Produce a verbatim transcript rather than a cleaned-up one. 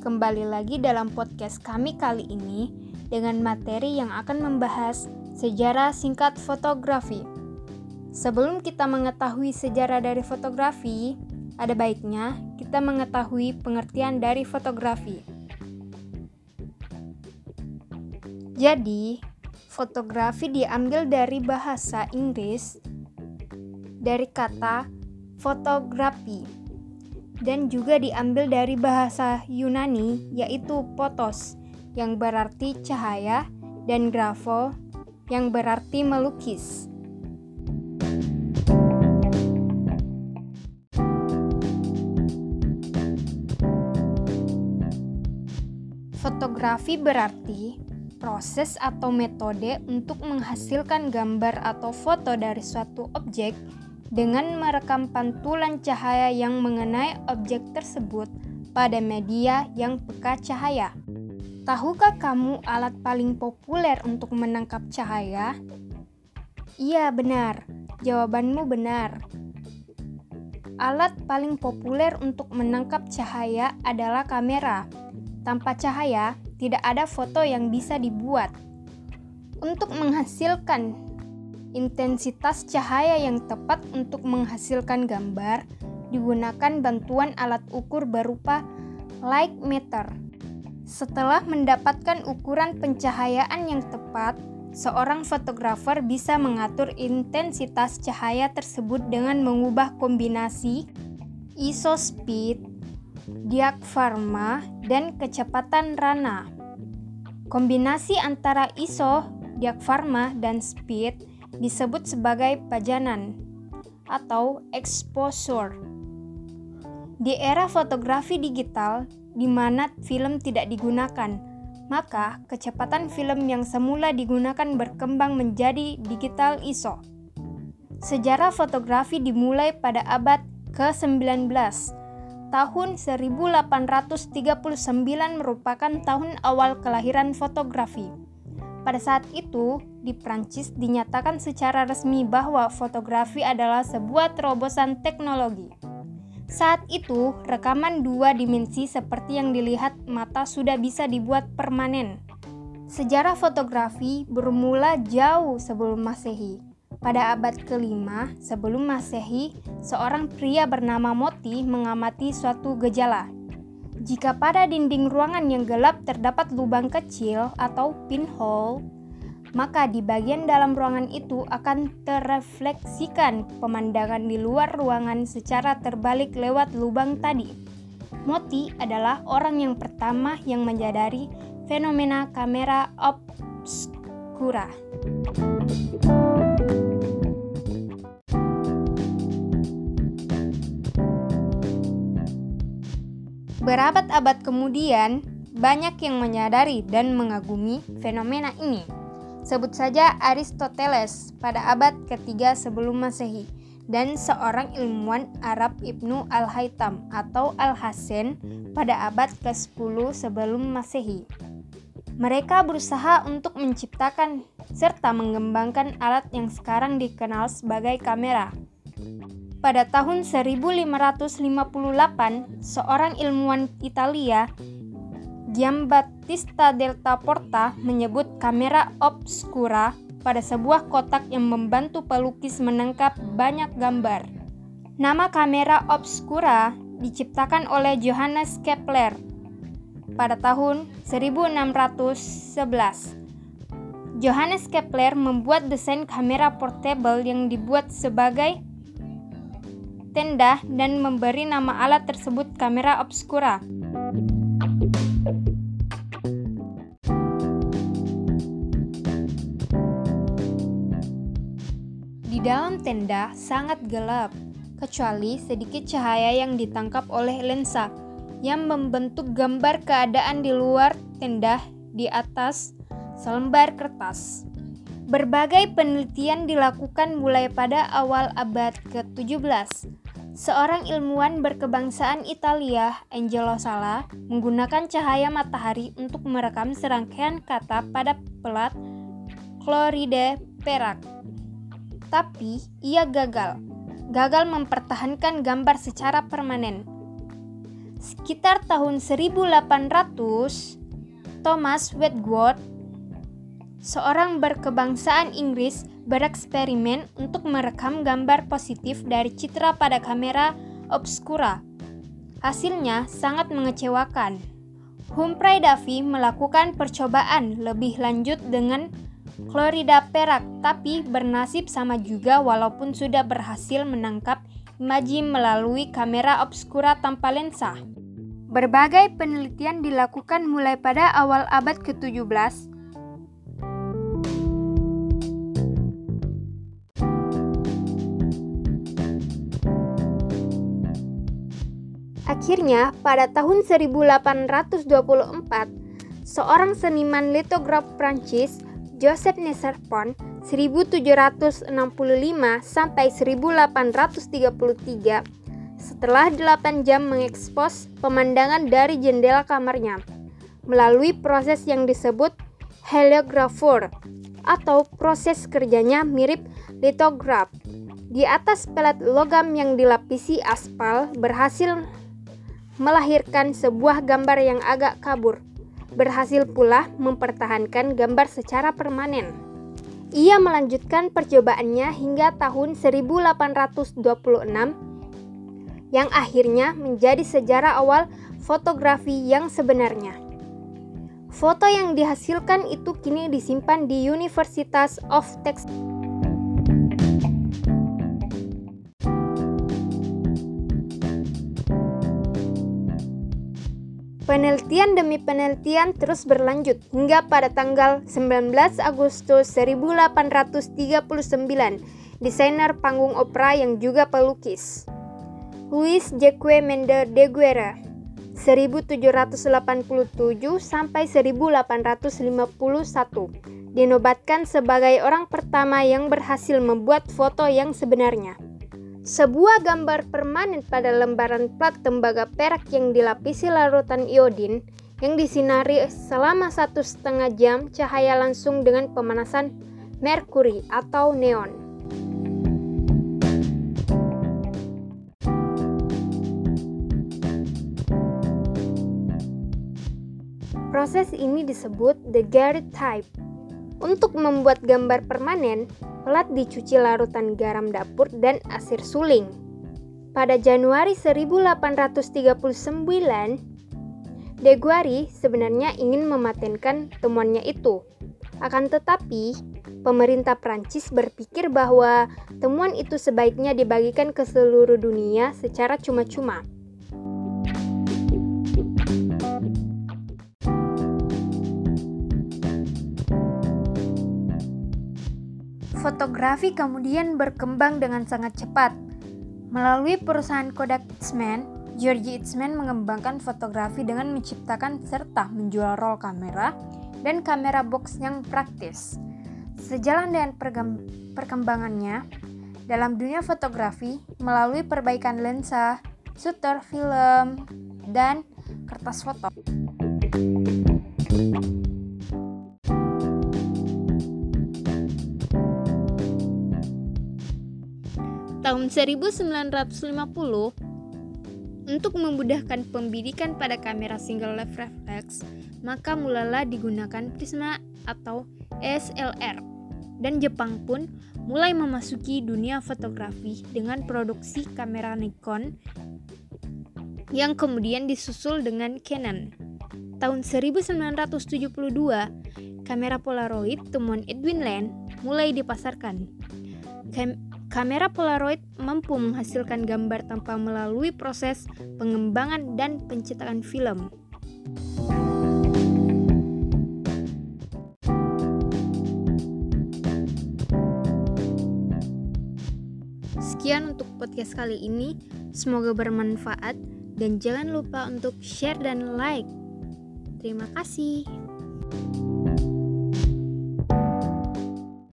kembali lagi dalam podcast kami kali ini dengan materi yang akan membahas sejarah singkat fotografi. Sebelum kita mengetahui sejarah dari fotografi, ada baiknya kita mengetahui pengertian dari fotografi. Jadi, fotografi diambil dari bahasa Inggris dari kata fotografi. Dan juga diambil dari bahasa Yunani yaitu potos yang berarti cahaya dan grafo yang berarti melukis. Fotografi berarti proses atau metode untuk menghasilkan gambar atau foto dari suatu objek dengan merekam pantulan cahaya yang mengenai objek tersebut pada media yang peka cahaya. Tahukah kamu alat paling populer untuk menangkap cahaya? Iya, benar. Jawabanmu benar. Alat paling populer untuk menangkap cahaya adalah kamera. Tanpa cahaya, tidak ada foto yang bisa dibuat. Untuk menghasilkan intensitas cahaya yang tepat untuk menghasilkan gambar, digunakan bantuan alat ukur berupa light meter. Setelah mendapatkan ukuran pencahayaan yang tepat, seorang fotografer bisa mengatur intensitas cahaya tersebut dengan mengubah kombinasi I S O speed, diafragma, dan kecepatan rana. Kombinasi antara I S O, diafragma, dan speed disebut sebagai pajanan atau exposure. Di era fotografi digital, di mana film tidak digunakan, maka kecepatan film yang semula digunakan berkembang menjadi digital I S O. Sejarah fotografi dimulai pada abad ke sembilan belas. Tahun seribu delapan ratus tiga puluh sembilan merupakan tahun awal kelahiran fotografi. Pada saat itu, di Prancis dinyatakan secara resmi bahwa fotografi adalah sebuah terobosan teknologi. Saat itu, rekaman dua dimensi seperti yang dilihat mata sudah bisa dibuat permanen. Sejarah fotografi bermula jauh sebelum Masehi. Pada abad kelima sebelum Masehi, seorang pria bernama Moti mengamati suatu gejala. Jika pada dinding ruangan yang gelap terdapat lubang kecil atau pinhole, maka di bagian dalam ruangan itu akan terrefleksikan pemandangan di luar ruangan secara terbalik lewat lubang tadi. Moti adalah orang yang pertama yang menyadari fenomena kamera obscura. Berabad-abad kemudian, banyak yang menyadari dan mengagumi fenomena ini. Sebut saja Aristoteles pada abad ketiga sebelum Masehi dan seorang ilmuwan Arab Ibnu Al-Haytham atau Al-Hasan pada abad kesepuluh sebelum Masehi. Mereka berusaha untuk menciptakan serta mengembangkan alat yang sekarang dikenal sebagai kamera. Pada tahun seribu lima ratus lima puluh delapan, seorang ilmuwan Italia, Giambattista Delta Porta, menyebut kamera obscura pada sebuah kotak yang membantu pelukis menangkap banyak gambar. Nama kamera obscura diciptakan oleh Johannes Kepler pada tahun seribu enam ratus sebelas. Johannes Kepler membuat desain kamera portable yang dibuat sebagai tenda dan memberi nama alat tersebut kamera obscura. Di dalam tenda sangat gelap, kecuali sedikit cahaya yang ditangkap oleh lensa yang membentuk gambar keadaan di luar tenda di atas selembar kertas. Berbagai penelitian dilakukan mulai pada awal abad ke tujuh belas. Seorang ilmuwan berkebangsaan Italia, Angelo Sala, menggunakan cahaya matahari untuk merekam serangkaian kata pada pelat klorida perak. Tapi ia gagal. Gagal mempertahankan gambar secara permanen. Sekitar tahun seribu delapan ratus, Thomas Wedgwood, seorang berkebangsaan Inggris, bereksperimen untuk merekam gambar positif dari citra pada kamera obskura. Hasilnya sangat mengecewakan. Humphrey Davy melakukan percobaan lebih lanjut dengan klorida perak, tapi bernasib sama juga walaupun sudah berhasil menangkap imaji melalui kamera obskura tanpa lensa. Berbagai penelitian dilakukan mulai pada awal abad ketujuh belas. Akhirnya, pada tahun seribu delapan ratus dua puluh empat, seorang seniman litograf Prancis, Joseph Neserpont, seribu tujuh ratus enam puluh lima sampai seribu delapan ratus tiga puluh tiga, setelah delapan jam mengekspos pemandangan dari jendela kamarnya melalui proses yang disebut heliografur, atau proses kerjanya mirip litograf. Di atas pelet logam yang dilapisi aspal, berhasil melahirkan sebuah gambar yang agak kabur. Berhasil pula mempertahankan gambar secara permanen. Ia melanjutkan percobaannya hingga tahun seribu delapan ratus dua puluh enam, yang akhirnya menjadi sejarah awal fotografi yang sebenarnya. Foto yang dihasilkan itu kini disimpan di University of Texas. Penelitian demi penelitian terus berlanjut hingga pada tanggal sembilan belas Agustus seribu delapan ratus tiga puluh sembilan, desainer panggung opera yang juga pelukis, Louis Jacques Mendes de Guerre, seribu tujuh ratus delapan puluh tujuh sampai seribu delapan ratus lima puluh satu, dinobatkan sebagai orang pertama yang berhasil membuat foto yang sebenarnya. Sebuah gambar permanen pada lembaran plat tembaga perak yang dilapisi larutan iodin yang disinari selama satu setengah jam cahaya langsung dengan pemanasan merkuri atau neon. Proses ini disebut daguerreotype. Untuk membuat gambar permanen, pelat dicuci larutan garam dapur dan asir suling. Pada Januari seribu delapan ratus tiga puluh sembilan, de Guerre sebenarnya ingin mematenkan temuannya itu. Akan tetapi, pemerintah Prancis berpikir bahwa temuan itu sebaiknya dibagikan ke seluruh dunia secara cuma-cuma. Fotografi kemudian berkembang dengan sangat cepat. Melalui perusahaan Kodak Eastman, George Eastman mengembangkan fotografi dengan menciptakan serta menjual roll kamera dan kamera box yang praktis. Sejalan dengan perkembangannya dalam dunia fotografi melalui perbaikan lensa, shutter film, dan kertas foto. Tahun seribu sembilan ratus lima puluh, untuk memudahkan pembidikan pada kamera single lens reflex, maka mulailah digunakan prisma atau S L R. Dan Jepang pun mulai memasuki dunia fotografi dengan produksi kamera Nikon yang kemudian disusul dengan Canon. Tahun seribu sembilan ratus tujuh puluh dua, kamera Polaroid temuan Edwin Land mulai dipasarkan. Kam- Kamera Polaroid mampu menghasilkan gambar tanpa melalui proses pengembangan dan pencetakan film. Sekian untuk podcast kali ini, semoga bermanfaat dan jangan lupa untuk share dan like. Terima kasih.